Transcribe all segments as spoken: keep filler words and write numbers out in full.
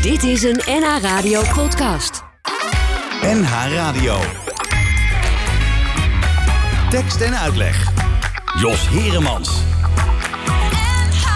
Dit is een N H Radio podcast. N H Radio. Tekst en uitleg. Jos Heremans. N H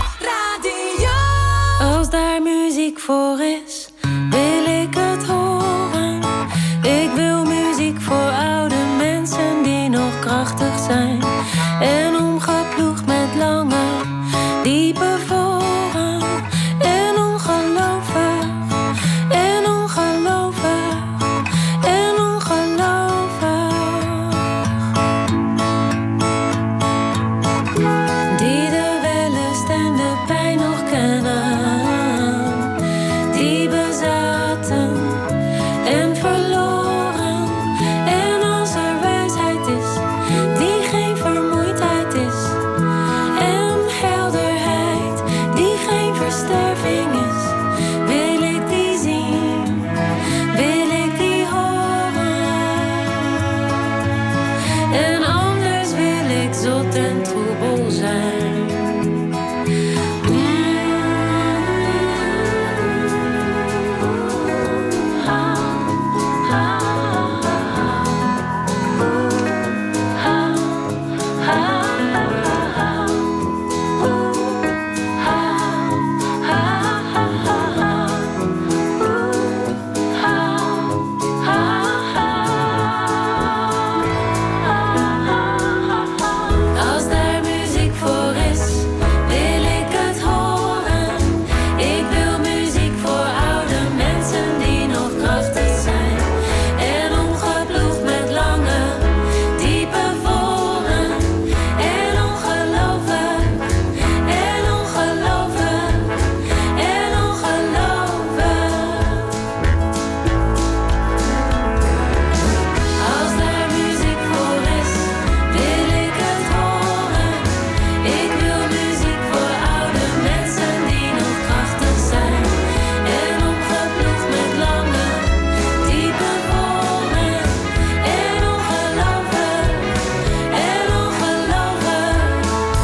Radio. Als daar muziek voor is, wil ik het horen. Ik wil muziek voor oude mensen die nog krachtig zijn. En omgeploegd met lange, diepe voren. En ongelooflijk, en ongelooflijk, en ongelooflijk. Die de wellust en de pijn nog kennen. Die bezaten en verloren. En als er wijsheid is, die geen vermoeidheid is. En helderheid, die geen versterving is. Wil ik die zien, wil ik die horen. En anders wil ik zot en troebel zijn. Als daar muziek voor is, wil ik het horen. Ik wil muziek voor oude mensen die nog krachtig zijn. En omgeploegd met lange, diepe voren. En ongelooflijk, en ongelooflijk, en ongelooflijk. Als daar muziek voor is, wil ik het horen. Ik wil muziek voor oude mensen die nog krachtig zijn. En omgeploegd met lange, diepe voren. En ongelooflijk, en ongelooflijk.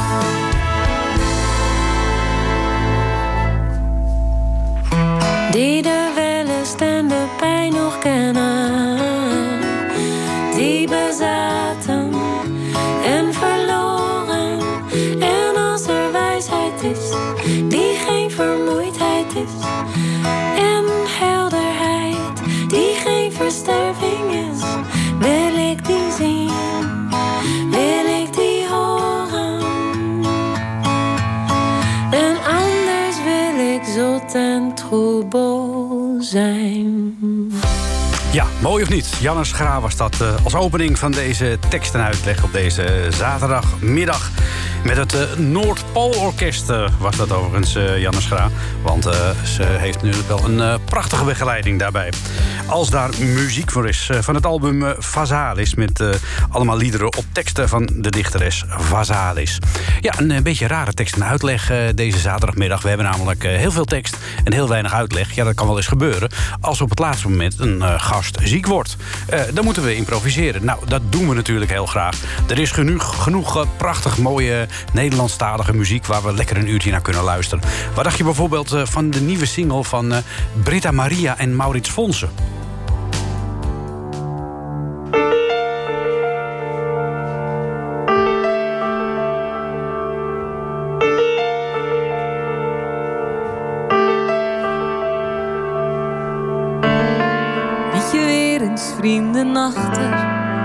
Die de wellust en de pijn nog kennen. Die bezaten en verloren. En als er wijsheid is, die geen vermoeidheid is. En helderheid, die geen versterving is. Wil ik die zien, wil ik die horen. En anders wil ik zot en troebel zijn. Ja, mooi of niet? Janne Schra was dat uh, als opening van deze tekst en uitleg op deze zaterdagmiddag. Met het uh, Noordpoolorkest uh, was dat overigens, uh, Janne Schra. Want uh, ze heeft nu wel een uh, prachtige begeleiding daarbij. Als daar muziek voor is. Uh, van het album uh, Vazalis. Met uh, allemaal liederen op teksten van de dichteres Vazalis. Ja, een, een beetje rare tekst en uitleg uh, deze zaterdagmiddag. We hebben namelijk uh, heel veel tekst en heel weinig uitleg. Ja, dat kan wel eens gebeuren. Als op het laatste moment een uh, gast ziek wordt. Uh, dan moeten we improviseren. Nou, dat doen we natuurlijk heel graag. Er is genoeg, genoeg uh, prachtig mooie Nederlandstalige muziek waar we lekker een uurtje naar kunnen luisteren. Wat dacht je bijvoorbeeld uh, van de nieuwe single van uh, Britta Maria en Maurits Fonsen? Liet je weer eens vrienden achter,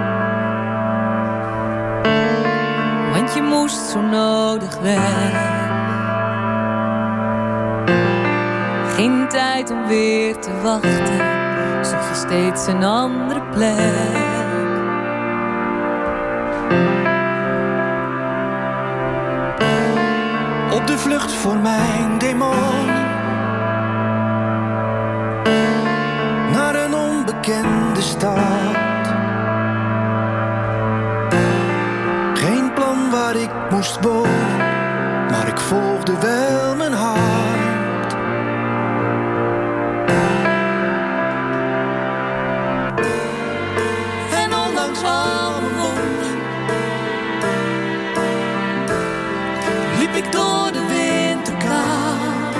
want je moest zo nodig weg. Geen tijd om weer te wachten, zocht je steeds een andere plek. Op de vlucht voor mijn demon, naar een onbekende stad. Geen plan waar ik moest wonen, maar ik volgde wel mijn hart. En ondanks al mijn wonden liep ik door de winterkou.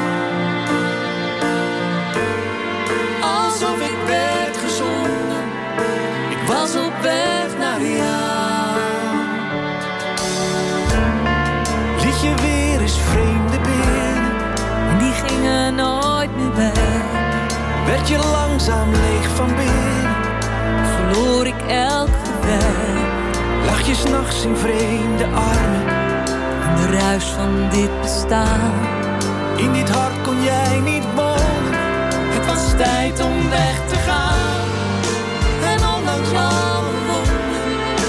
werd je langzaam leeg van binnen. Verloor ik elk gevecht. Lag je 's nachts in vreemde armen. In de ruis van dit bestaan. In dit hart kon jij niet wonen. Het was tijd om weg te gaan. En ondanks alle wonden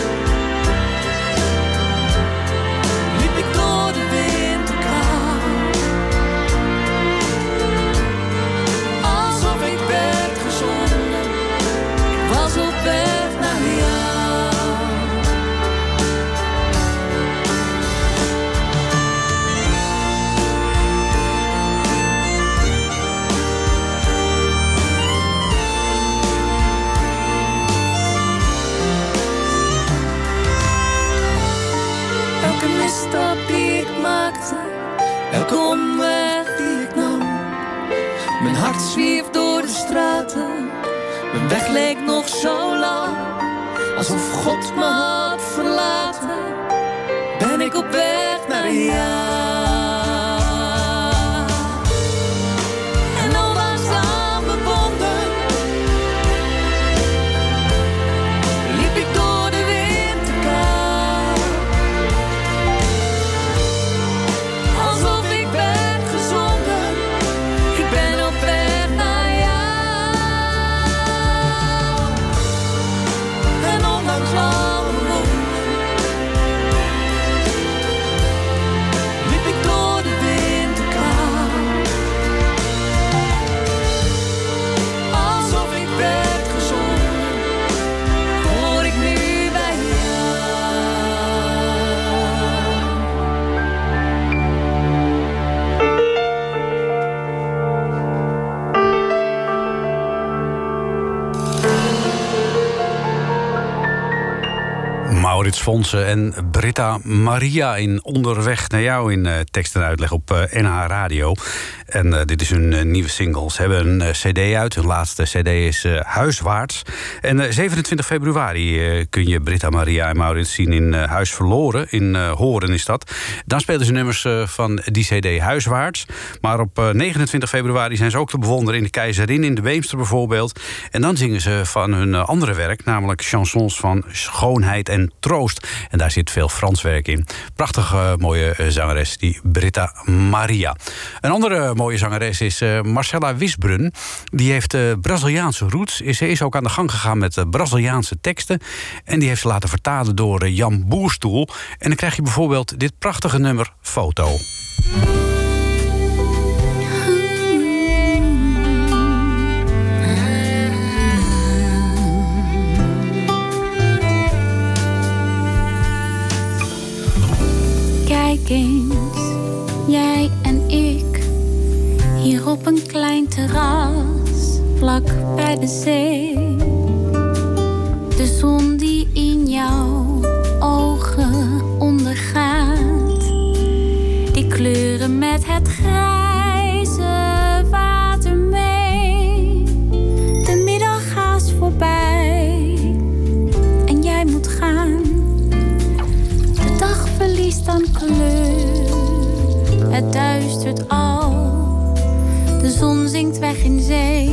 liep ik door de winterkou. Alsof ik werd gezonden. Ik was op weg naar jou. Elke misstap die ik maakte, elke omweg die ik nam. Mijn hart zwierf door de straten, mijn weg leek nog zo lang. Alsof God me had verlaten, ben ik op weg naar jou. En ondanks al mijn wonden liep ik door de winterkou. Alsof ik werd gezonden, ik ben op weg naar jou. En ondanks alle wonden liep ik door de winterkou. Alsof ik werd gezonden, hoor ik nu bij jou. Maurits Fonsen en Britta Maria in Onderweg naar jou in uh, tekst en uitleg op uh, N H Radio. En uh, dit is hun uh, nieuwe single. Ze hebben een uh, cd uit. Hun laatste cd is uh, Huiswaarts. En uh, zevenentwintig februari uh, kun je Britta Maria en Maurits zien in uh, Huis Verloren. In uh, Horen is dat. Dan spelen ze nummers uh, van die cd Huiswaarts. Maar op uh, negenentwintig februari zijn ze ook te bewonderen in de Keizerin, in de Beemster bijvoorbeeld. En dan zingen ze van hun uh, andere werk, namelijk chansons van schoonheid en troost. En daar zit veel Frans werk in. Prachtige uh, mooie uh, zangeres, die Britta Maria. Een andere uh, mooie zangeres is uh, Marcella Wisbrun. Die heeft uh, Braziliaanse roots. Ze is ook aan de gang gegaan met uh, Braziliaanse teksten. En die heeft ze laten vertalen door uh, Jan Boerstoel. En dan krijg je bijvoorbeeld dit prachtige nummer Foto. Kijk eens, jij en ik, hier op een klein terras, vlak bij de zee. De zon die in jouw ogen ondergaat, die kleuren met het grijze water mee. De middag gaat voorbij en jij moet gaan. De dag verliest aan kleur, het duistert al. De zon zinkt weg in zee.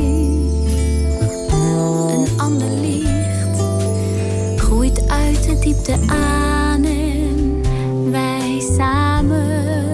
Een ander licht groeit uit de diepte aan en wij samen.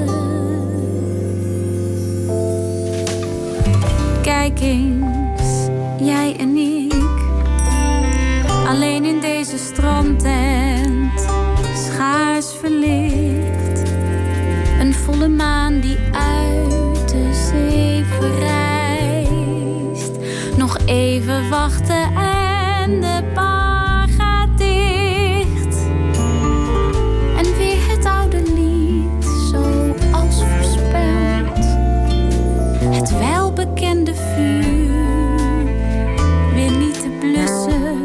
Kijk eens, jij en ik, alleen in deze strandtent, schaars verlicht. Een volle maan die uit de zee verrijst. Nog even wachten en de bar gaat dicht. En weer het oude lied, zoals voorspeld. Het welbekende vuur, weer niet te blussen.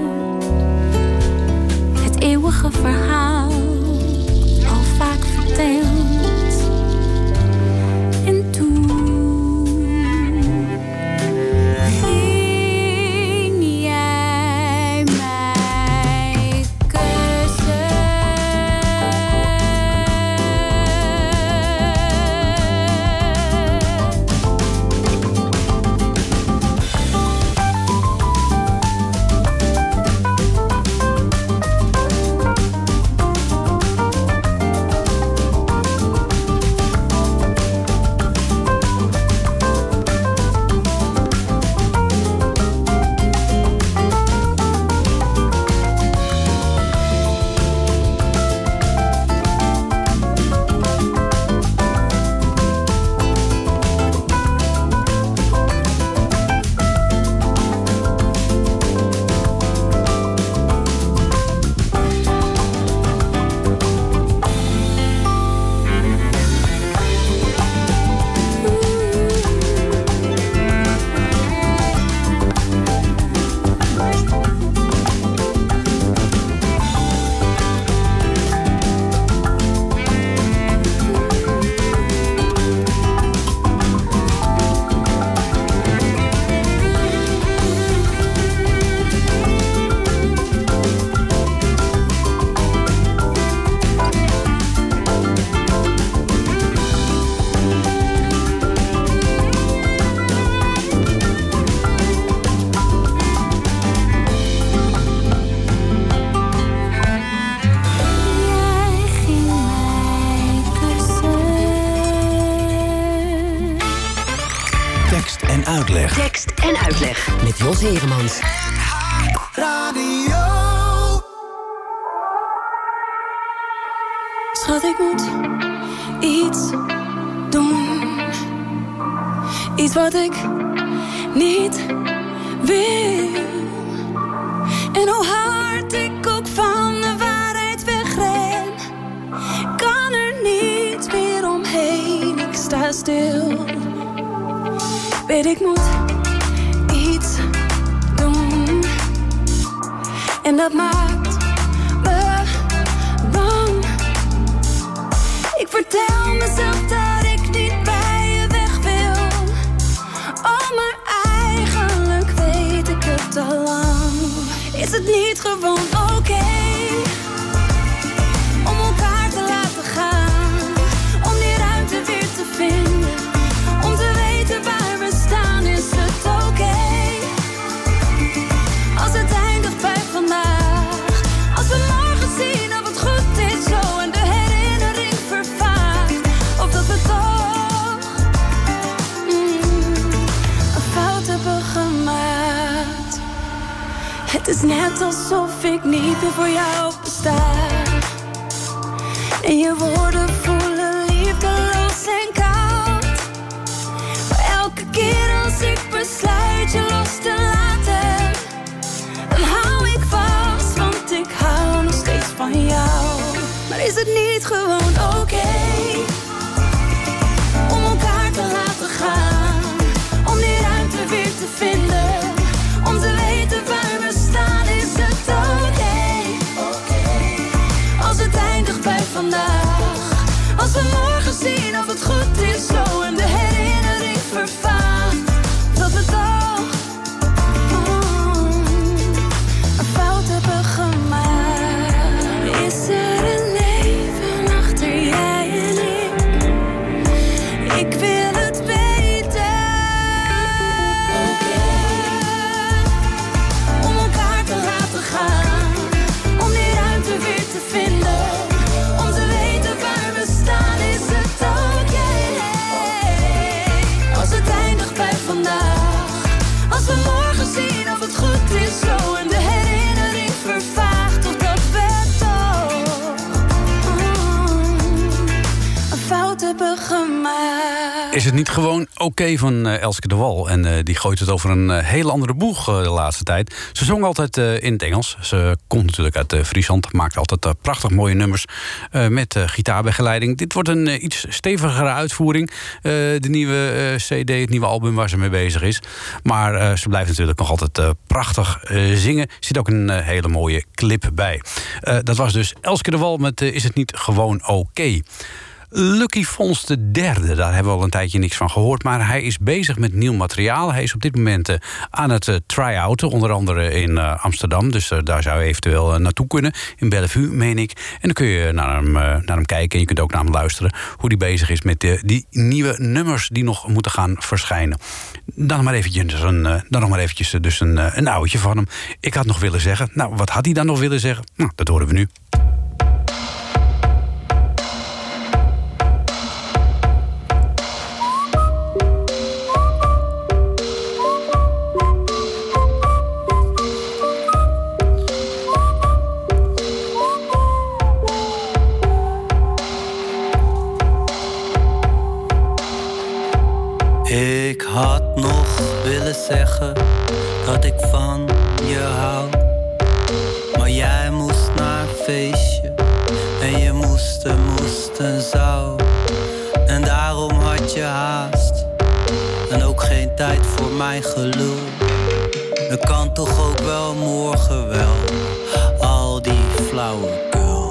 Het eeuwige verhaal, al vaak verteld. En toen ging jij mij Tekst en uitleg met Jos Heremans. Radio. Schat, ik moet iets doen. Iets wat ik niet wil. En hoe hard ik ook van de waarheid wegren, kan er niet meer omheen. Ik sta stil. Weet ik moet iets doen. En dat maakt me bang. Ik vertel mezelf dat ik niet bij je weg wil. Oh, maar eigenlijk weet ik het al lang. Is het niet gewoon oké okay om elkaar te laten gaan? Om die ruimte weer te vinden. Om te weten waar we staan. Is het oké okay als het eindigt bij vandaag? Als we morgen zien of het goed is zo en de herinnering vervaagt. Of dat we toch mm, een fout hebben gemaakt. Het is net alsof ik niet meer voor jou besta. En je woorden voelen liefdeloos en koud. Maar elke keer als ik besluit je los te laten, dan hou ik vast, want ik hou nog steeds van jou. Maar is het niet gewoon oké okay om elkaar te laten gaan? Om die ruimte weer te vinden. Om te weten waar we staan. Is het oké okay als het eindigt bij vandaag? Als we morgen zien of het goed is zo en de herinnering vervaagt. Dat we toch mm, een fout hebben gemaakt. Is er een leven achter jij en ik? Ik wil het weten. Om elkaar te laten gaan. Om die ruimte weer te vinden. Om te weten waar we staan. Is het oké okay als het eindigt bij vandaag? Als we morgen zien of het goed is zo en de herinnering vervaagt. Of dat we toch mm, een fout hebben gemaakt. Is het niet gewoon oké okay van uh, Elske de Wal? En uh, die gooit het over een uh, hele andere boeg uh, de laatste tijd. Ze zong altijd uh, in het Engels. Ze komt natuurlijk uit uh, Friesland. Maakt altijd uh, prachtig mooie nummers uh, met uh, gitaarbegeleiding. Dit wordt een uh, iets stevigere uitvoering. Uh, de nieuwe uh, cd, het nieuwe album waar ze mee bezig is. Maar uh, ze blijft natuurlijk nog altijd uh, prachtig uh, zingen. Er zit ook een uh, hele mooie clip bij. Uh, dat was dus Elske de Wal met uh, Is het niet gewoon oké? Okay? Lucky Fons de derde, daar hebben we al een tijdje niks van gehoord. Maar hij is bezig met nieuw materiaal. Hij is op dit moment uh, aan het uh, try-outen, onder andere in uh, Amsterdam. Dus uh, daar zou je eventueel uh, naartoe kunnen. In Bellevue, meen ik. En dan kun je naar hem, uh, naar hem kijken en je kunt ook naar hem luisteren. Hoe hij bezig is met uh, die nieuwe nummers die nog moeten gaan verschijnen. Dan nog maar eventjes een, uh, dan nog maar eventjes, uh, dus een, uh, een oudje van hem. Ik had nog willen zeggen. Nou, wat had hij dan nog willen zeggen? Nou, dat horen we nu. Ik had nog willen zeggen dat ik van je hou. Maar jij moest naar een feestje en je moest en moest en zou. En daarom had je haast en ook geen tijd voor mijn gelul. Dat kan toch ook wel morgen wel, al die flauwekul.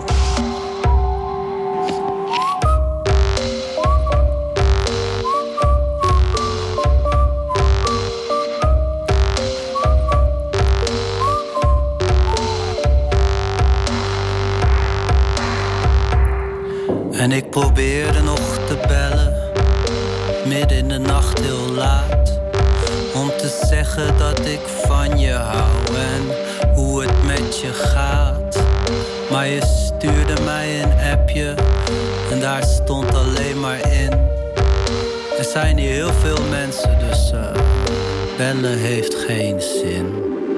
En ik probeerde nog te bellen, midden in de nacht heel laat, om te zeggen dat ik van je hou en hoe het met je gaat. Maar je stuurde mij een appje en daar stond alleen maar in: er zijn hier heel veel mensen, dus uh, bellen heeft geen zin.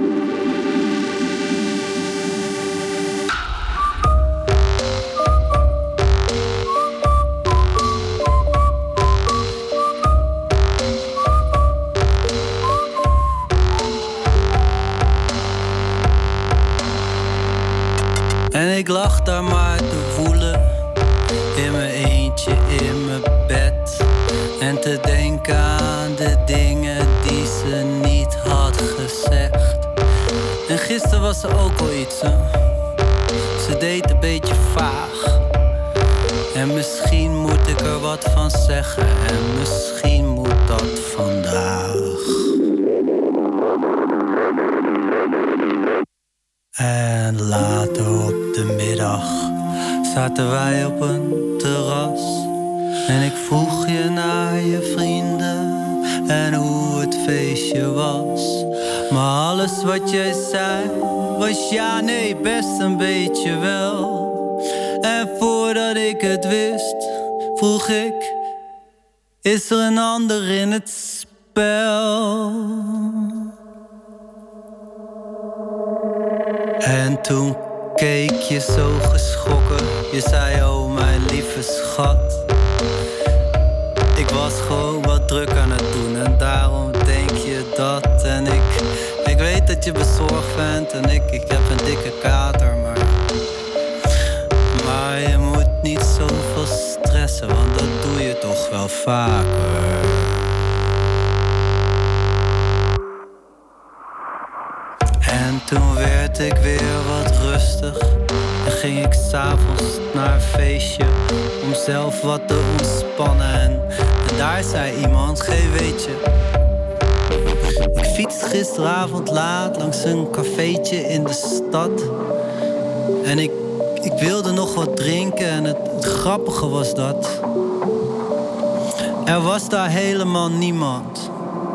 En ik lag daar maar te voelen, in mijn eentje in mijn bed. En te denken aan de dingen die ze niet had gezegd. En gisteren was er ook al iets, hè? Ze deed een beetje vaag. En misschien moet ik er wat van zeggen. En misschien moet dat vandaag. En later op de middag zaten wij op een terras. En ik vroeg je naar je vrienden en hoe het feestje was. Maar alles wat jij zei was ja, nee, best een beetje wel. En voordat ik het wist, vroeg ik, is er een ander in het spel? En toen keek je zo geschrokken. Je zei, oh mijn lieve schat. Ik was gewoon wat druk aan het doen en daarom denk je dat. En ik, ik weet dat je bezorgd bent en ik, ik heb een dikke kater, maar... Maar je moet niet zoveel stressen, want dat doe je toch wel vaker. En toen werd ik weer wat rustig en ging ik 's avonds naar een feestje om zelf wat te ontspannen. En, en daar zei iemand, geen weetje. Ik fietste gisteravond laat langs een cafeetje in de stad. En ik, ik wilde nog wat drinken en het, het grappige was dat er was daar helemaal niemand,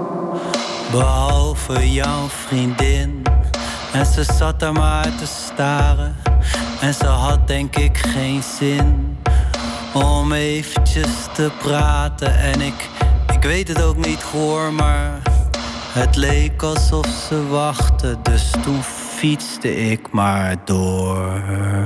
behalve jouw vriendin. En ze zat daar maar te staren. En ze had denk ik geen zin om eventjes te praten. En ik, ik weet het ook niet hoor, maar het leek alsof ze wachtte. Dus toen fietste ik maar door.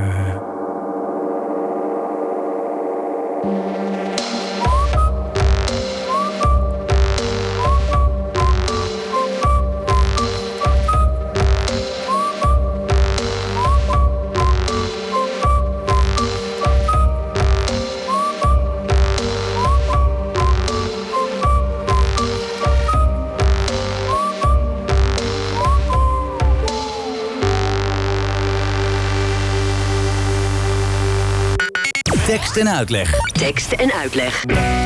Tekst en uitleg. Tekst en uitleg.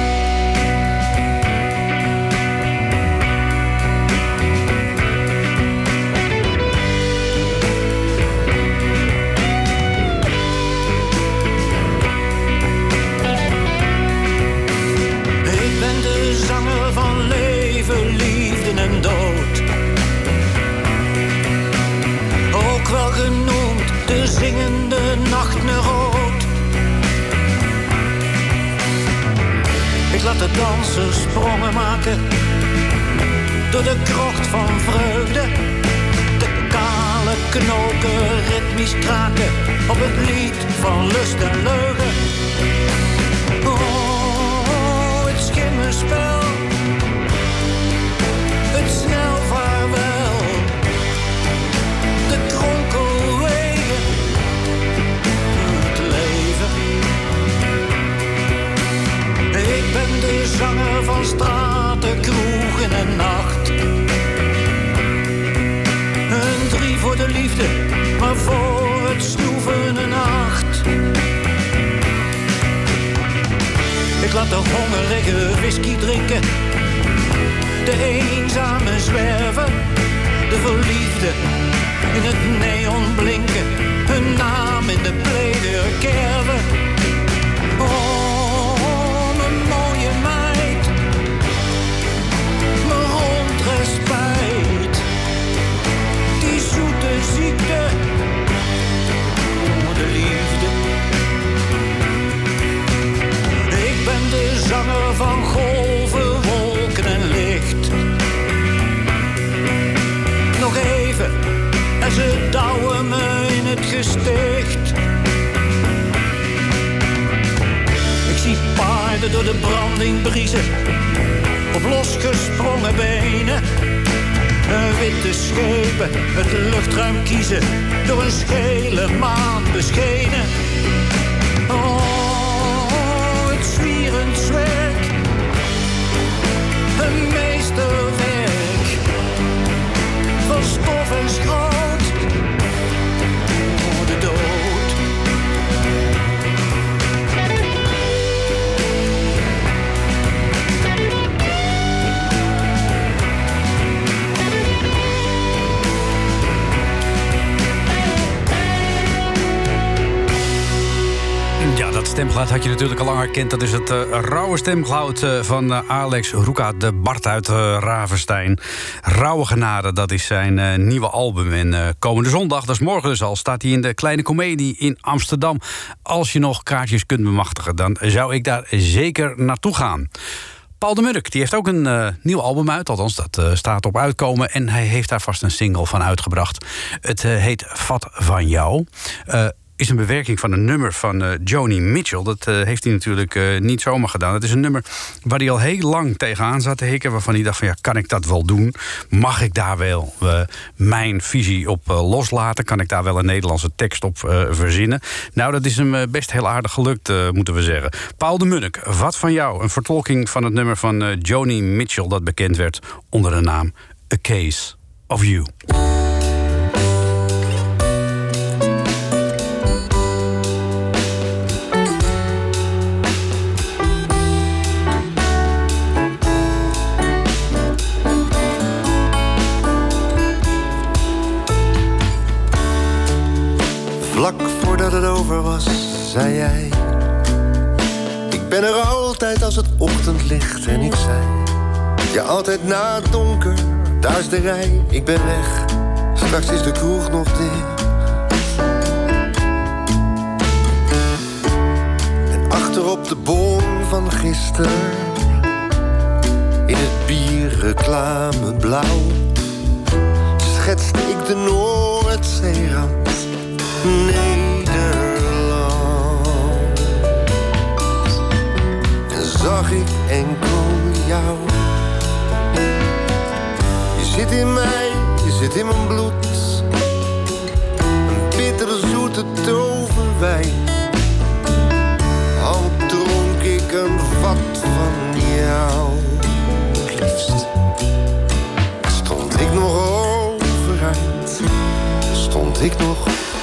Ik ben de zanger van leven, liefde en dood. Ook wel genoemd de zingende nachtneroot. Ik laat de dansers sprongen maken door de krocht van vreugde. De kale knoken ritmisch kraken op het lied van lust en leugen. Oh, het schimmenspel, het snel vaarwel, de kronkelwegen, het leven. Ik ben de zanger van straten, kroegen en nacht. Een drie voor de liefde, maar voor het snoeven een acht. Ik laat de hongerige whisky drinken, de eenzame zwerven, de verliefde in het neon blinken, hun naam in de pleder kerven. Oh, mijn mooie meid, mijn rondrespijt, die zoete ziekte, oh, de liefde. Ik ben de zanger van golven, wolken en licht. landingbriezen op losgesprongen benen. Witte schepen het luchtruim kiezen, door een schele maan beschenen. Oh, het zwierend zwerk, een meesterwerk van stof en schroot. Oh, de dood. Ja, dat stemgeluid had je natuurlijk al lang herkend. Dat is het uh, rauwe stemgeluid uh, van uh, Alex Roeka de Bart uit uh, Ravenstein. Rauwe Genade, dat is zijn uh, nieuwe album. En uh, komende zondag, dat is morgen dus al, staat hij in de Kleine Comedie in Amsterdam. Als je nog kaartjes kunt bemachtigen, dan zou ik daar zeker naartoe gaan. Paul de Munnik, die heeft ook een uh, nieuw album uit. Althans, dat uh, staat op uitkomen. En hij heeft daar vast een single van uitgebracht. Het uh, heet Vat van jou. Uh, is een bewerking van een nummer van uh, Joni Mitchell. Dat uh, heeft hij natuurlijk uh, niet zomaar gedaan. Het is een nummer waar hij al heel lang tegenaan zat te hikken, waarvan hij dacht van ja, kan ik dat wel doen? Mag ik daar wel uh, mijn visie op uh, loslaten? Kan ik daar wel een Nederlandse tekst op uh, verzinnen? Nou, dat is hem uh, best heel aardig gelukt, uh, moeten we zeggen. Paul de Munnik, Wat van jou? Een vertolking van het nummer van uh, Joni Mitchell, dat bekend werd onder de naam A Case of You. Vlak voordat het over was, zei jij: ik ben er altijd als het ochtendlicht. En ik zei: ja, altijd na het donker, daar is de rij. Ik ben weg, straks is de kroeg nog dicht. En achterop de bon van gisteren, in het bierreclame blauw, schetste ik de Noordzeerand. Nederland. En zag ik enkel jou. Je zit in mij, je zit in mijn bloed. Een bitterzoete toverwijn. Al dronk ik een vat van jou. Liefst stond ik nog overeind. Stond ik nog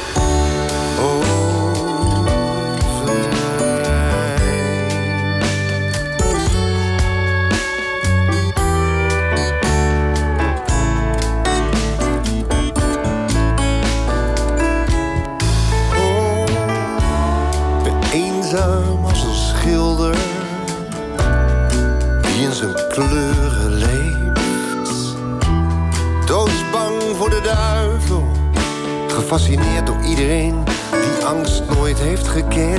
als een schilder die in zijn kleuren leeft. Doodsbang voor de duivel, gefascineerd door iedereen die angst nooit heeft gekend.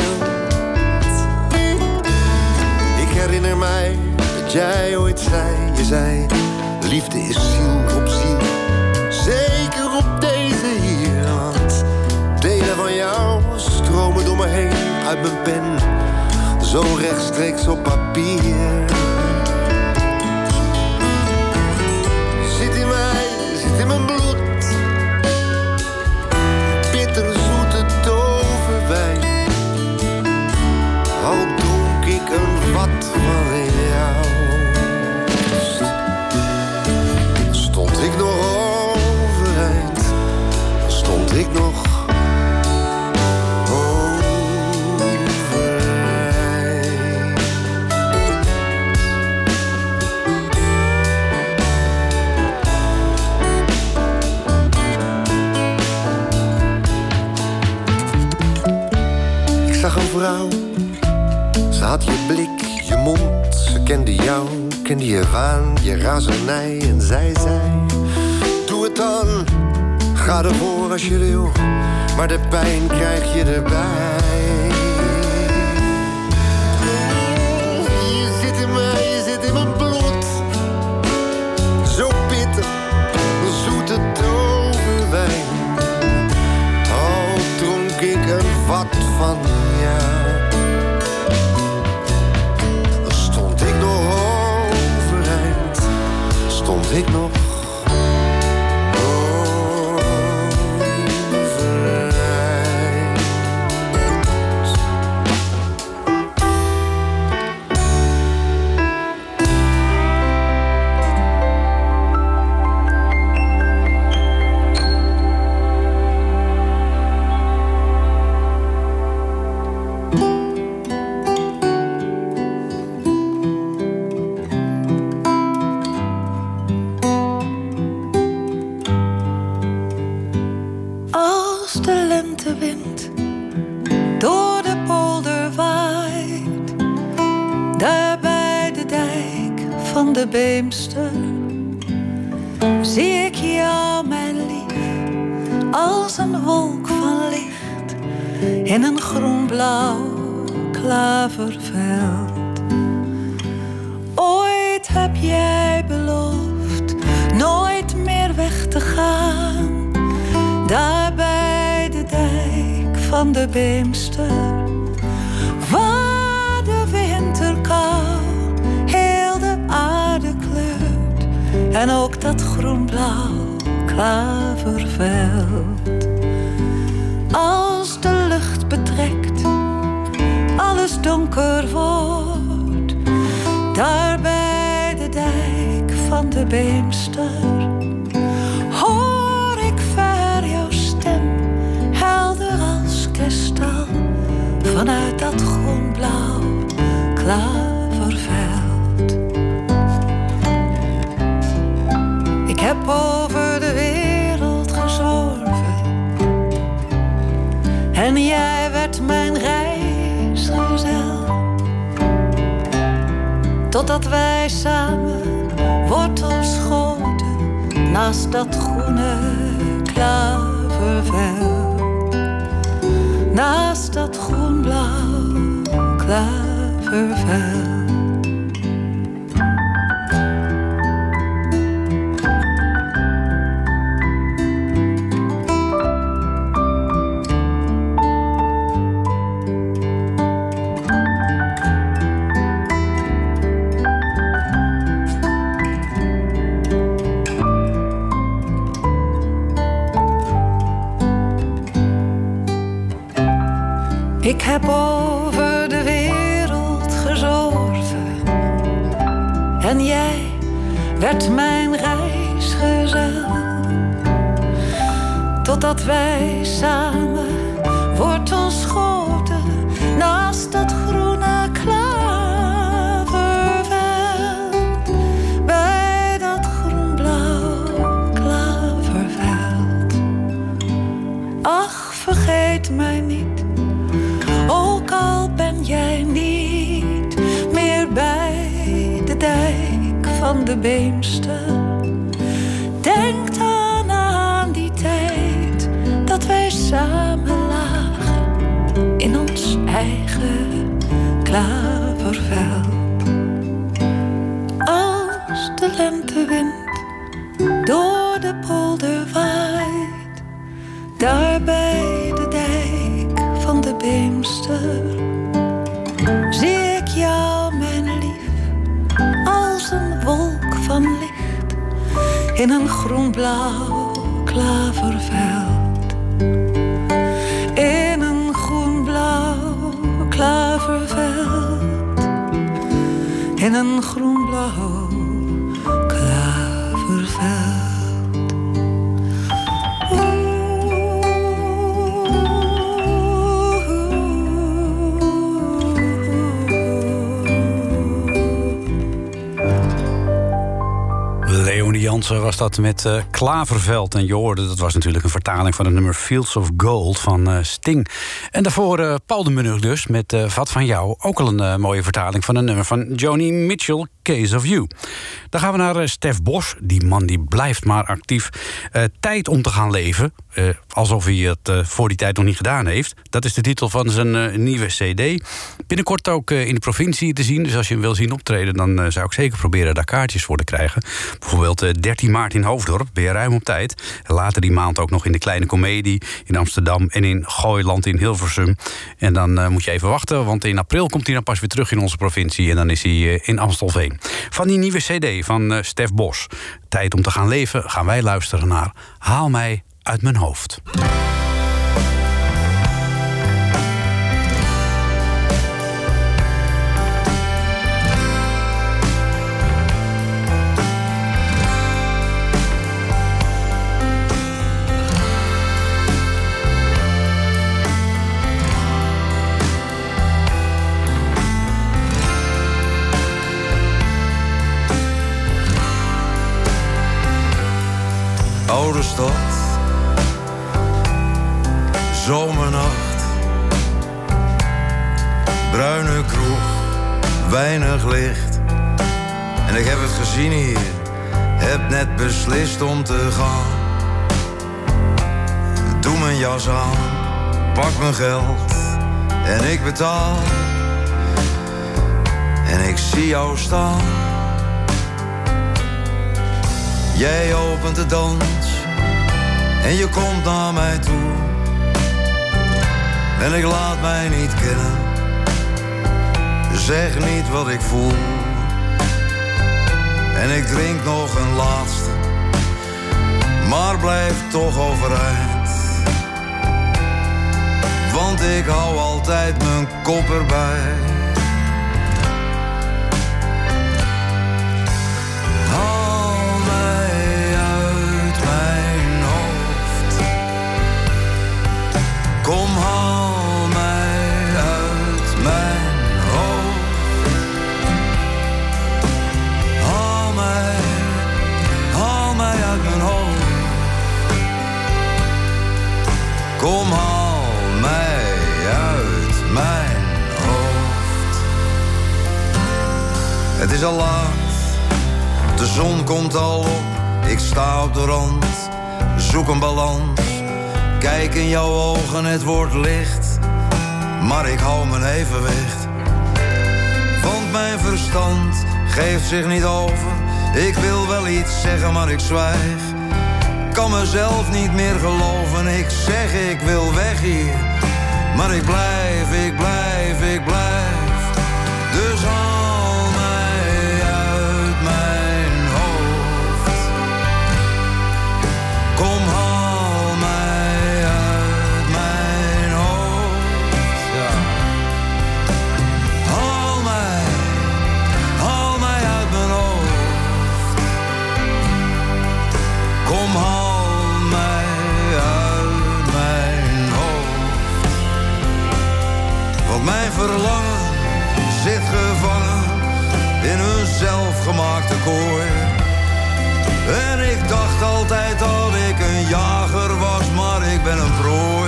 Ik herinner mij dat jij ooit zei, je zei: liefde is ziel op ziel, zeker op deze hier. Want delen van jou stromen door me heen uit mijn pen, zo rechtstreeks op papier. Je zit in mij, je zit in mijn bloed. Bitterzoete toverwijn. Al dronk ik een vat van jou. Stond ik nog overeind, stond ik nog vrouw. Ze had je blik, je mond, ze kende jou, kende je waan, je razernij. En zij zei: doe het dan, ga ervoor als je wil, maar de pijn krijg je erbij. Je zit in mij, je zit in mijn bloed, zo bitter, zoete toverwijn. Al dronk ik een vat van jou, stond ik de Beemster zie ik jou, mijn lief, als een wolk van licht in een groenblauw klaverveld. Ooit heb jij beloofd nooit meer weg te gaan, daar bij de dijk van de Beemster, waar de winterkou heel de aarde kleurt en ook dat groenblauw klaverveld. Als de lucht betrekt, alles donker wordt, daar bij de dijk van de Beemster, hoor ik ver jouw stem, helder als kristal, vanuit dat groenblauw klaverveld. Ik heb over de wereld gezworven en jij werd mijn reisgezel, totdat wij samen wortels schoten naast dat groene klaverveld, naast dat groenblauw klaverveld. Ik heb over de wereld gezworven en jij werd mijn reisgezel, totdat wij samen wortels schoten naast dat groene klaverveld, bij dat groenblauw klaverveld. Ach, vergeet mij niet, ook al ben jij niet meer bij de dijk van de Beemster. Denk dan aan die tijd dat wij samen lagen in ons eigen klaverveld. Als de lentewind door de polder waait, daar bij de dijk van de Beemster, zie ik jou, mijn lief, als een wolk van licht in een groenblauw klaverveld. In een groenblauw klaverveld, in een groenblauw klaverveld. Leonie Jansen was dat met uh, Klaverveld. En je hoorde, dat was natuurlijk een vertaling van het nummer Fields of Gold van uh, Sting. En daarvoor uh, Paul de Munich dus met uh, Wat van jou. Ook al een uh, mooie vertaling van een nummer van Joni Mitchell, Case of You. Dan gaan we naar uh, Stef Bos. Die man die blijft maar actief. Uh, tijd om te gaan leven. Uh, alsof hij het uh, voor die tijd nog niet gedaan heeft. Dat is de titel van zijn uh, nieuwe cd. Binnenkort ook uh, in de provincie te zien. Dus als je hem wil zien optreden, dan uh, zou ik zeker proberen daar kaartjes voor te krijgen. Bijvoorbeeld uh, dertien maart in Hoofddorp. Ben je ruim op tijd. Later die maand ook nog in de Kleine Comedie in Amsterdam. En in Gooiland in Hilversum. En dan uh, moet je even wachten. Want in april komt hij dan pas weer terug in onze provincie. En dan is hij uh, in Amstelveen. Van die nieuwe cd van uh, Stef Bos. Tijd om te gaan leven. Gaan wij luisteren naar Haal mij uit mijn hoofd. Oude stad, zomernacht, bruine kroeg, weinig licht. En ik heb het gezien hier, heb net beslist om te gaan. Doe mijn jas aan, pak mijn geld en ik betaal. En ik zie jou staan. Jij opent de dans en je komt naar mij toe. En ik laat mij niet kennen, zeg niet wat ik voel. En ik drink nog een laatste, maar blijf toch overeind. Want ik hou altijd mijn kop erbij. Haal mij uit mijn hoofd. Kom, haal mij uit mijn hoofd. Haal mij, haal mij uit mijn hoofd. Kom, haal mij uit mijn hoofd. Het is al laat, de zon komt al op. Ik sta op de rand, zoek een balans. Kijk in jouw ogen, het wordt licht, maar ik hou mijn evenwicht. Want mijn verstand geeft zich niet over. Ik wil wel iets zeggen, maar ik zwijg. Kan mezelf niet meer geloven. Ik zeg ik wil weg hier, maar ik blijf, ik blijf, ik blijf. Dus haal mij uit mijn hoofd. Kom, haal mij uit mijn hoofd. Ja. Haal mij, haal mij uit mijn hoofd. Kom, haal mij uit mijn hoofd. Want mijn verlangen zit gevangen in een zelfgemaakte kooi. En ik dacht altijd dat ik een jager was, maar ik ben een prooi.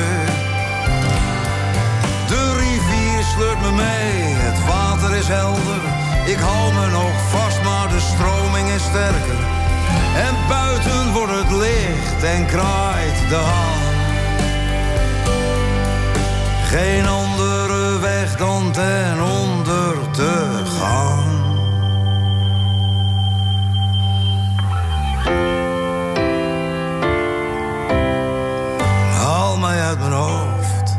De rivier sleurt me mee, het water is helder. Ik hou me nog vast, maar de stroming is sterker. En buiten wordt het licht en kraait de haan. Geen andere weg dan ten onder te gaan. Haal mij uit mijn hoofd.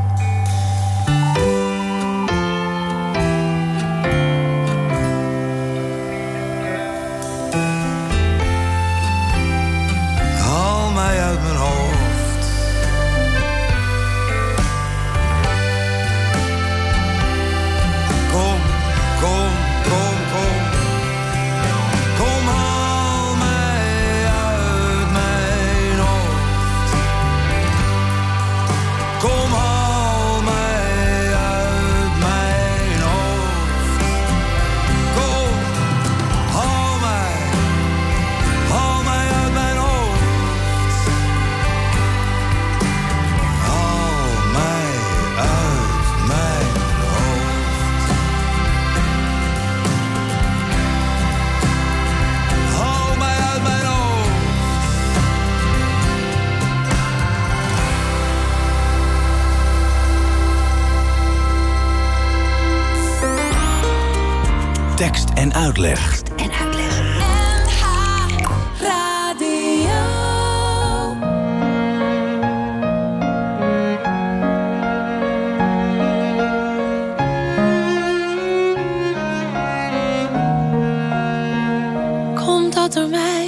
Haal mij uit mijn hoofd. Kom, kom, kom, kom. Kom, haal mij uit mijn hoofd. Kom, haal mij uit mijn hoofd. Kom, haal mij, haal mij uit mijn hoofd. Haal mij uit mijn hoofd. Haal mij uit mijn hoofd. Tekst en uitleg. En uitleg. N H Radio. Komt dat door mij?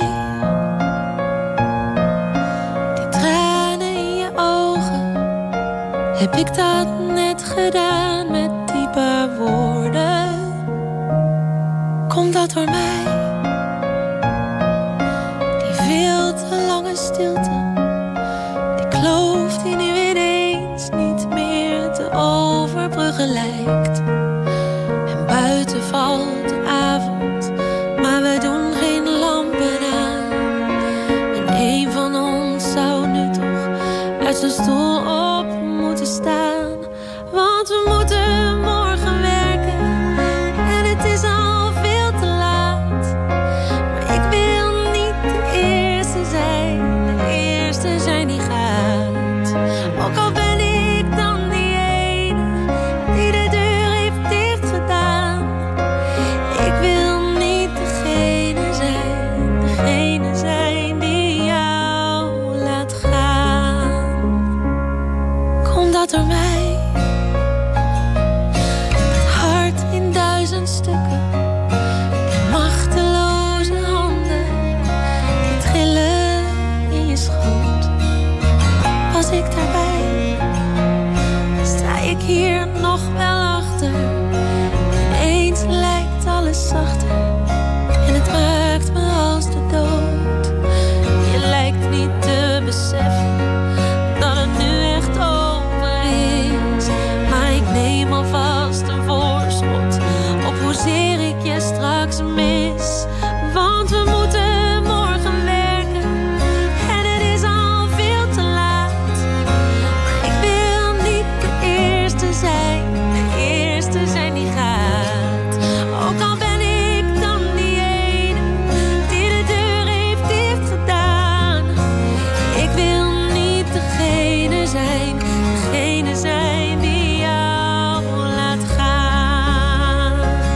Die tranen in je ogen. Heb ik dat net gedaan met diepe woorden? Komt dat door mij? Die veel te lange stilte. Die kloof die nu ineens niet meer te overbruggen lijkt. En buiten valt de avond, maar we doen geen lampen aan. En een van ons zou nu toch uit zijn stoel op moeten staan. Want we moeten morgen werken en het is al veel te laat. dat door mij het hart in duizend stukken, die machteloze handen die trillen in je schoot. Was ik daarbij, sta ik hier nog wel achter. Ineens lijkt alles zachter en het maakt me als de dood. Je lijkt niet te beseffen dat het nu echt over is, maar ik neem alvast een voorschot op hoezeer ik je straks mis. Want we moeten morgen werken en het is al veel te laat. Maar ik wil niet de eerste zijn, de eerste zijn die gaat. Ook al ben ik dan die ene die de deur heeft dichtgedaan. Ik wil niet degene zijn, degene zijn die jou laat gaan.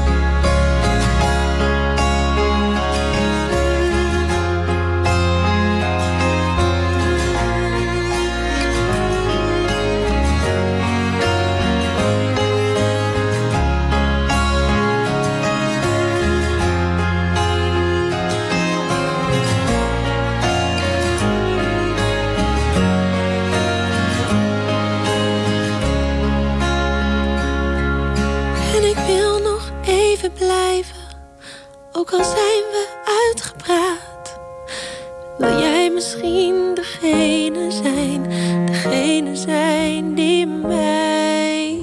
En ik wil nog even blijven, ook al zijn we uitgepraat. Wil jij misschien degene zijn, degene zijn die mij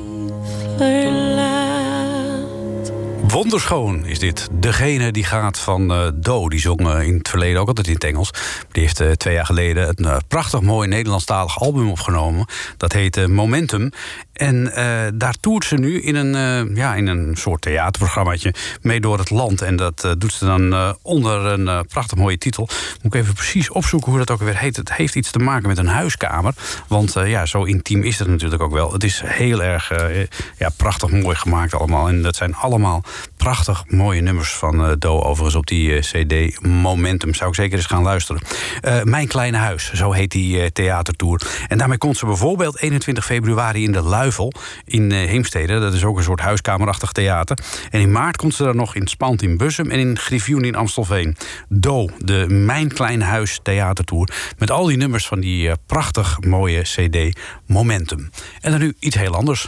verlaat? Wonderschoon is dit. Degene die gaat van uh, Do. Die zong uh, in het verleden ook altijd in het Engels. Die heeft uh, twee jaar geleden een uh, prachtig mooi Nederlandstalig album opgenomen. Dat heet uh, Momentum. En uh, daar toert ze nu in een, uh, ja, in een soort theaterprogrammaatje mee door het land. En dat uh, doet ze dan uh, onder een uh, prachtig mooie titel. Moet ik even precies opzoeken hoe dat ook weer heet. Het heeft iets te maken met een huiskamer. Want uh, ja, zo intiem is het natuurlijk ook wel. Het is heel erg uh, ja, prachtig mooi gemaakt allemaal. En dat zijn allemaal prachtig mooie nummers van uh, Do. Overigens op die uh, cd Momentum. Zou ik zeker eens gaan luisteren. Uh, Mijn Kleine Huis, zo heet die uh, theatertour. En daarmee komt ze bijvoorbeeld eenentwintig februari in de Luifel in uh, Heemstede. Dat is ook een soort huiskamerachtig theater. En in maart komt ze daar nog in Spant in Bussum en in Griffioen in Amstelveen. Do, de Mijn Klein Huis theatertour. Met al die nummers van die uh, prachtig mooie cd Momentum. En dan nu iets heel anders.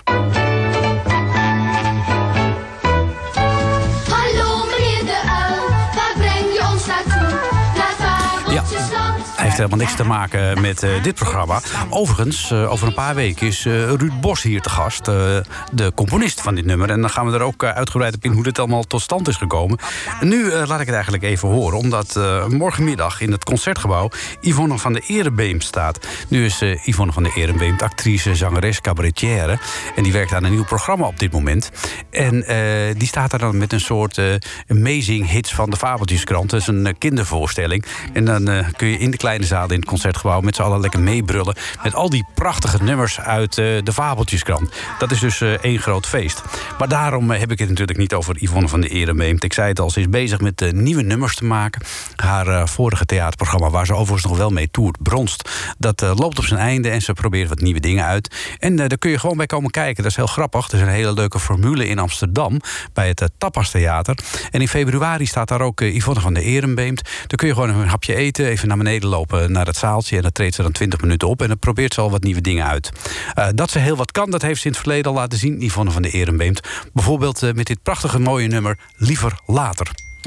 Hij heeft helemaal niks te maken met uh, dit programma. Overigens, uh, over een paar weken is uh, Ruud Bos hier te gast. Uh, de componist van dit nummer. En dan gaan we er ook uh, uitgebreid op in hoe dit allemaal tot stand is gekomen. En nu uh, laat ik het eigenlijk even horen. Omdat uh, morgenmiddag in het Concertgebouw Yvonne van der Erebeemt staat. Nu is uh, Yvonne van der Erebeemt actrice, zangeres, cabaretière. En die werkt aan een nieuw programma op dit moment. En uh, die staat daar dan met een soort uh, amazing hits van de Fabeltjeskrant. Dat is een uh, kindervoorstelling. En dan uh, kun je in de kleine zaal in het Concertgebouw met z'n allen lekker meebrullen met al die prachtige nummers uit uh, de Fabeltjeskrant. Dat is dus uh, één groot feest. Maar daarom uh, heb ik het natuurlijk niet over Yvonne van der Erebeemt. Ik zei het al, ze is bezig met uh, nieuwe nummers te maken. Haar uh, vorige theaterprogramma, waar ze overigens nog wel mee toert, Bronst, dat uh, loopt op zijn einde en ze probeert wat nieuwe dingen uit. En uh, daar kun je gewoon bij komen kijken. Dat is heel grappig. Er is een hele leuke formule in Amsterdam bij het uh, Tapas Theater. En in februari staat daar ook uh, Yvonne van der Erebeemt. Dan kun je gewoon een hapje eten, even naar beneden lopen naar het zaaltje. En dan treedt ze dan twintig minuten op en dan probeert ze al wat nieuwe dingen uit. Uh, dat ze heel wat kan, dat heeft ze in het verleden al laten zien, Yvonne van der Erebeemt. Bijvoorbeeld uh, met dit prachtige mooie nummer Liever Later.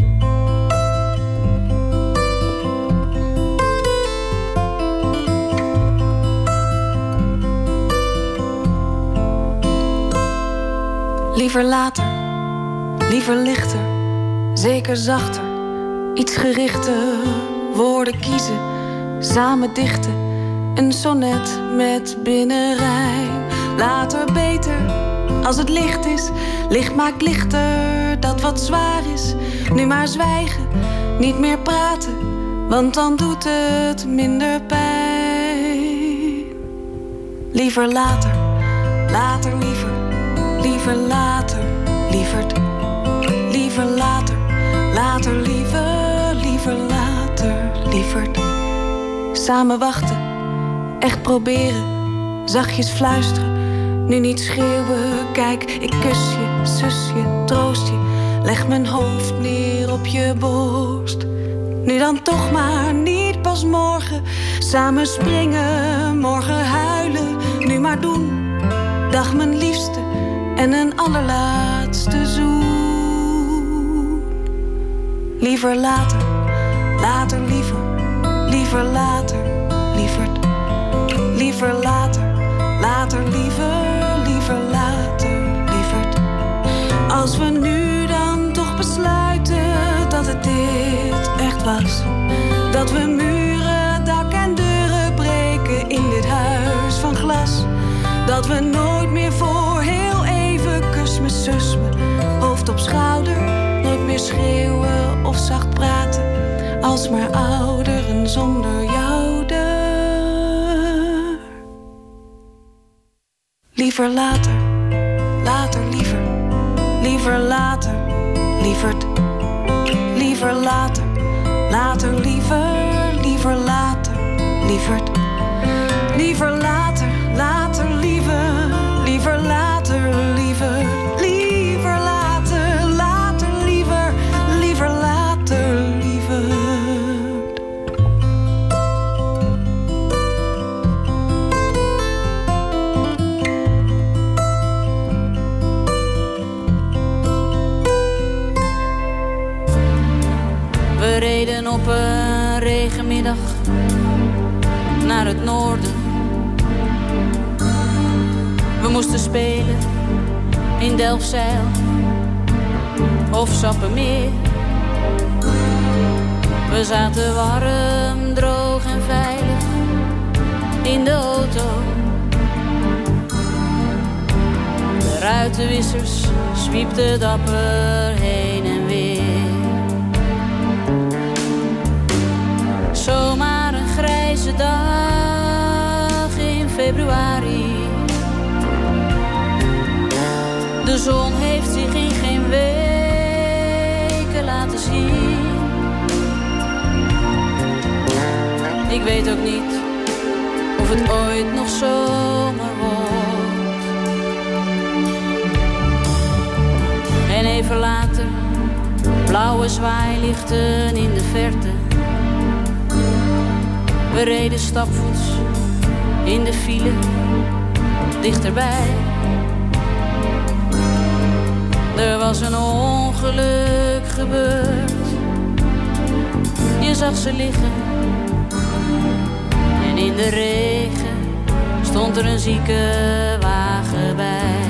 Liever later, liever lichter, zeker zachter, iets gerichter, woorden kiezen, samen dichten, een sonnet met binnenrijm. Later beter, als het licht is, licht maakt lichter, dat wat zwaar is, nu maar zwijgen, niet meer praten, want dan doet het minder pijn. Liever later, later liever. Liever later, lieverd. Liever later, later liever. Liever later, lieverd. Samen wachten, echt proberen. Zachtjes fluisteren, Nu niet schreeuwen, kijk, ik kus je, zus je, troost je. Leg mijn hoofd neer op je borst. Nu dan toch maar, niet pas morgen. Samen springen, morgen huilen. Nu maar doen, dag mijn liefste. En een allerlaatste zoen. Liever later, later liever. Liever later, lieverd. Liever later, later liever. Liever later, lieverd. Als we nu dan toch besluiten dat het dit echt was. Dat we muren, dak en deuren breken in dit huis van glas. Dat we nooit meer voor heel even kus me, zus me, hoofd op schouder. Nooit meer schreeuwen of zacht praten. Als maar ouderen zonder jouder. Liever later, later liever. Liever later, lieverd. Liever later, later liever. Liever later, lieverd. Liever later, later liever. Liever later, liever. Liever later, later liever. Liever later, liever. We reden op een regenmiddag naar het noorden. We moesten spelen in Delfzijl of Sappemeer. We zaten warm, droog en veilig in de auto. De ruitenwissers zwiepten dapper heen en weer. Zomaar een grijze dag in februari. De zon heeft zich in geen weken laten zien. Ik weet ook niet of het ooit nog zomer wordt. En even later, blauwe zwaailichten in de verte. We reden stapvoets in de file, dichterbij. Er was een ongeluk gebeurd. Je zag ze liggen. En in de regen stond er een ziekenwagen bij.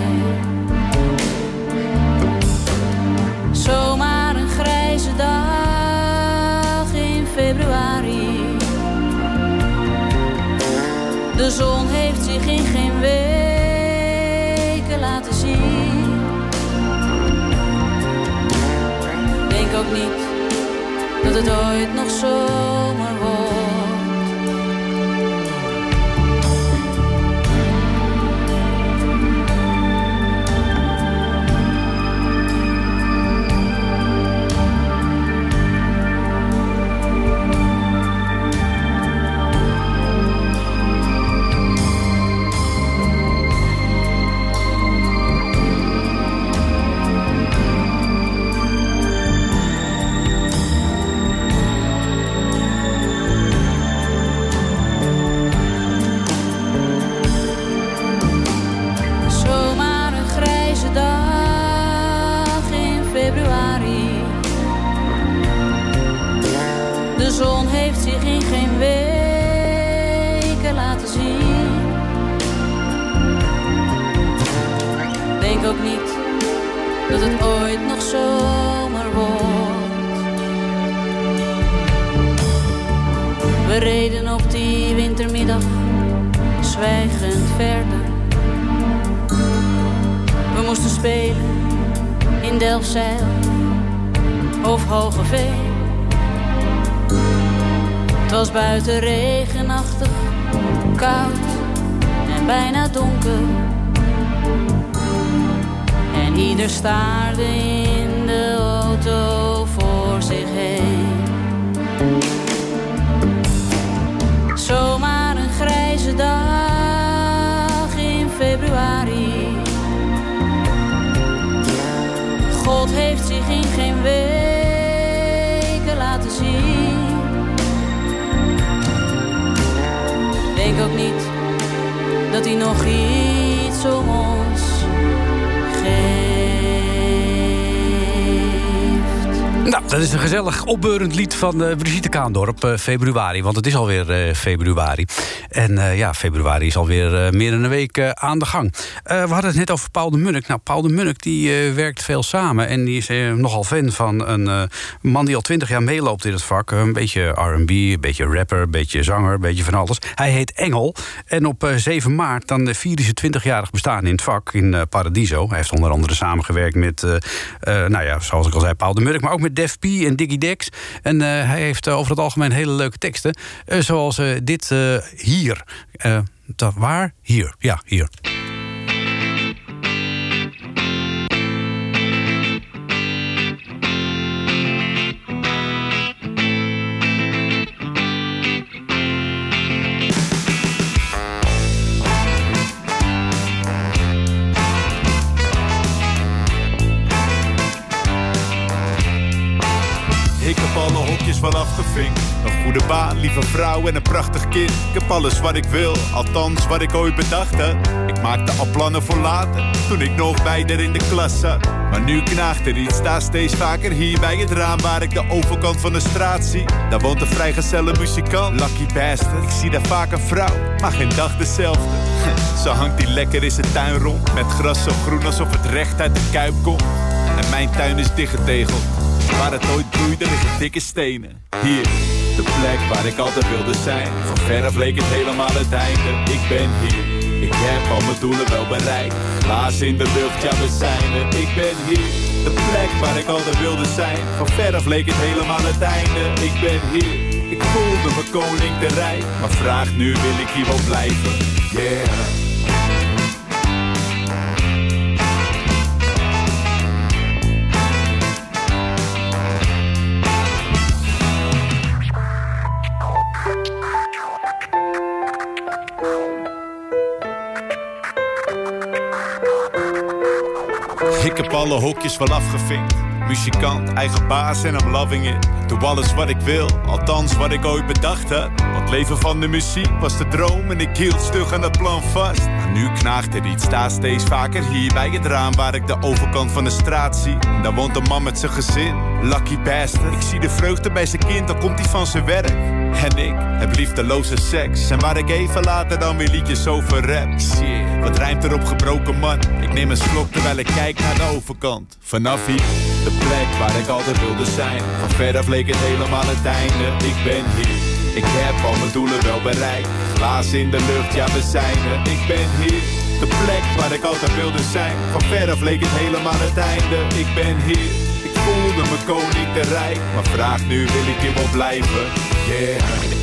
Zomaar een grijze dag in februari. De zon heeft zich in geen weken laten zien. Denk ook niet dat het ooit nog zomer wordt. De zon heeft zich in geen weken laten zien. Denk ook niet dat het ooit nog zomer wordt. We reden op die wintermiddag zwijgend verder. We moesten spelen in Delfzijl of Hogeveen. Het was buiten regenachtig, koud en bijna donker. En ieder staarde in de auto voor zich heen. Zomaar een grijze dag in februari. denk ook niet dat hij nog iets om ons geeft. Nou, dat is een gezellig opbeurend lied van uh, Brigitte Kaandorp, uh, Februari. Want het is alweer uh, februari. En uh, ja, februari is alweer uh, meer dan een week uh, aan de gang. Uh, we hadden het net over Paul de Munnik. Nou, Paul de Munnik die uh, werkt veel samen. En die is uh, nogal fan van een uh, man die al twintig jaar meeloopt in het vak. Een beetje R en B, een beetje rapper, een beetje zanger, een beetje van alles. Hij heet Engel. En op uh, zeven maart dan vierde zijn twintigjarig bestaan in het vak in uh, Paradiso. Hij heeft onder andere samengewerkt met, uh, uh, nou ja, zoals ik al zei, Paul de Munnik. Maar ook met Def P en Diggy Dex. En uh, hij heeft uh, over het algemeen hele leuke teksten. Uh, zoals uh, dit uh, hier. Uh, dat, waar? Hier. Ja, hier. Ik heb alle hokjes van afgevinkt. Een goede baan, lieve vrouw en een prachtig kind. Ik heb alles wat ik wil, althans wat ik ooit bedacht had. Ik maakte al plannen voor later, toen ik nog bij haar in de klas zat. Maar nu knaagt er iets, sta steeds vaker hier bij het raam waar ik de overkant van de straat zie. Daar woont een vrijgezelle muzikant, Lucky Bastard. Ik zie daar vaak een vrouw, maar geen dag dezelfde. Zo hangt die lekker in zijn tuin rond, met gras zo groen alsof het recht uit de kuip komt. En mijn tuin is dichtgetegeld. Waar het ooit bloeide liggen dikke stenen. Hier, de plek waar ik altijd wilde zijn. Van verre leek het helemaal het einde. Ik ben hier, ik heb al mijn doelen wel bereikt. Glazen in de lucht, ja we zijn er. Ik ben hier, de plek waar ik altijd wilde zijn. Van verre leek het helemaal het einde. Ik ben hier, ik voelde me koning te rijk. Maar vraag nu, wil ik hier wel blijven? Yeah. Ik heb alle hokjes wel afgevinkt. Muzikant, eigen baas en I'm loving it. Doe alles wat ik wil, althans wat ik ooit bedacht had. Want leven van de muziek was de droom en ik hield stug aan dat plan vast. Maar nu knaagt er iets, sta steeds vaker hier bij het raam waar ik de overkant van de straat zie. En daar woont een man met zijn gezin, Lucky Bastard. Ik zie de vreugde bij zijn kind, dan komt hij van zijn werk. En ik heb liefdeloze seks. En waar ik even later dan weer liedjes over rap. Shit, wat rijmt er op gebroken man? Ik neem een slok terwijl ik kijk naar de overkant. Vanaf hier, de plek waar ik altijd wilde zijn. Van veraf leek het helemaal het einde. Ik ben hier, ik heb al mijn doelen wel bereikt. Glazen in de lucht, ja we zijn er. Ik ben hier, de plek waar ik altijd wilde zijn. Van veraf leek het helemaal het einde. Ik ben hier, ik voelde me koning te rijk. Maar vraag nu, wil ik hier wel blijven? Yeah.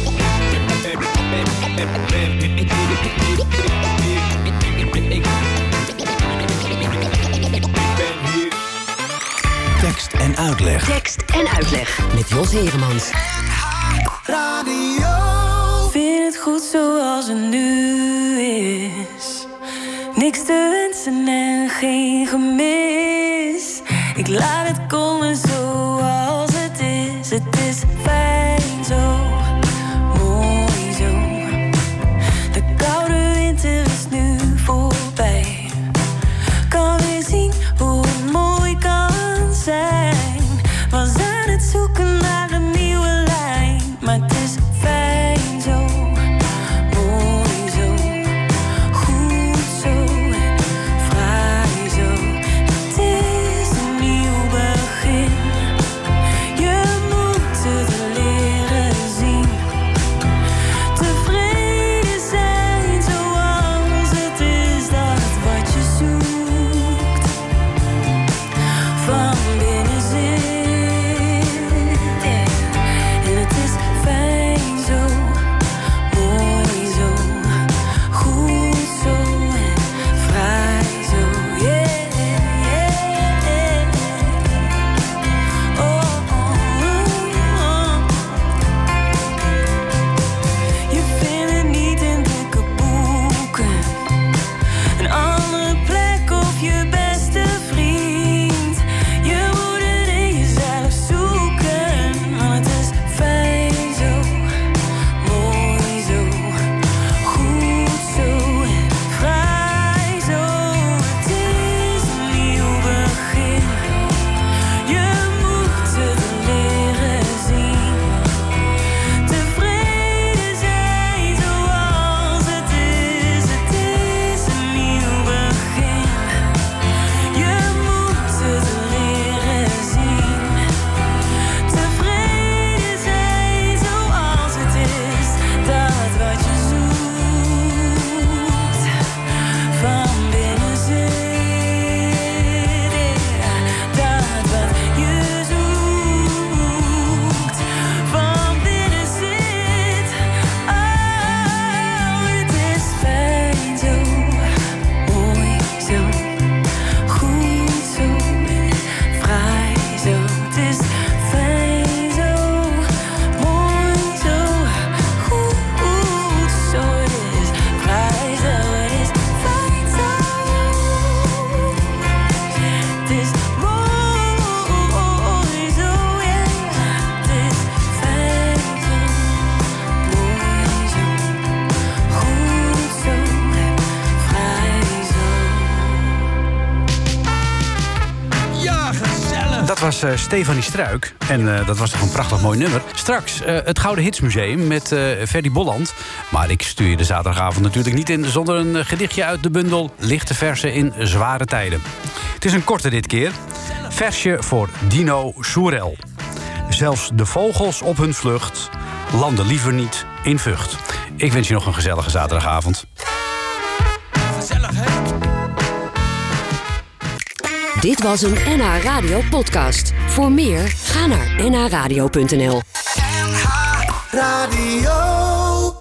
Tekst en uitleg. Tekst en uitleg met Jos Heremans. Radio. Vind het goed zoals het nu is. Niks te wensen en geen gemis. Ik laat het komen zoals het is. Het is fijn zo, mooi zo. De koude winter is nu voorbij. Kan weer zien hoe het mooi kan zijn. Was aan het zoeken naar een nieuwe lijn. Maar het is fijn zo, mooi zo. Goed zo, fraai zo. Het is een nieuw begin. was uh, Stefanie Struik. En uh, dat was toch een prachtig mooi nummer. Straks uh, het Gouden Hitsmuseum met uh, Ferdy Bolland. Maar ik stuur je de zaterdagavond natuurlijk niet in zonder een uh, gedichtje uit de bundel Lichte Verzen in Zware Tijden. Het is een korte dit keer. Versje voor Dino Soerel. Zelfs de vogels op hun vlucht landen liever niet in Vught. Ik wens je nog een gezellige zaterdagavond. Gezellig, hè? Dit was een N H Radio podcast. Voor meer, ga naar n h radio punt n l. N H Radio.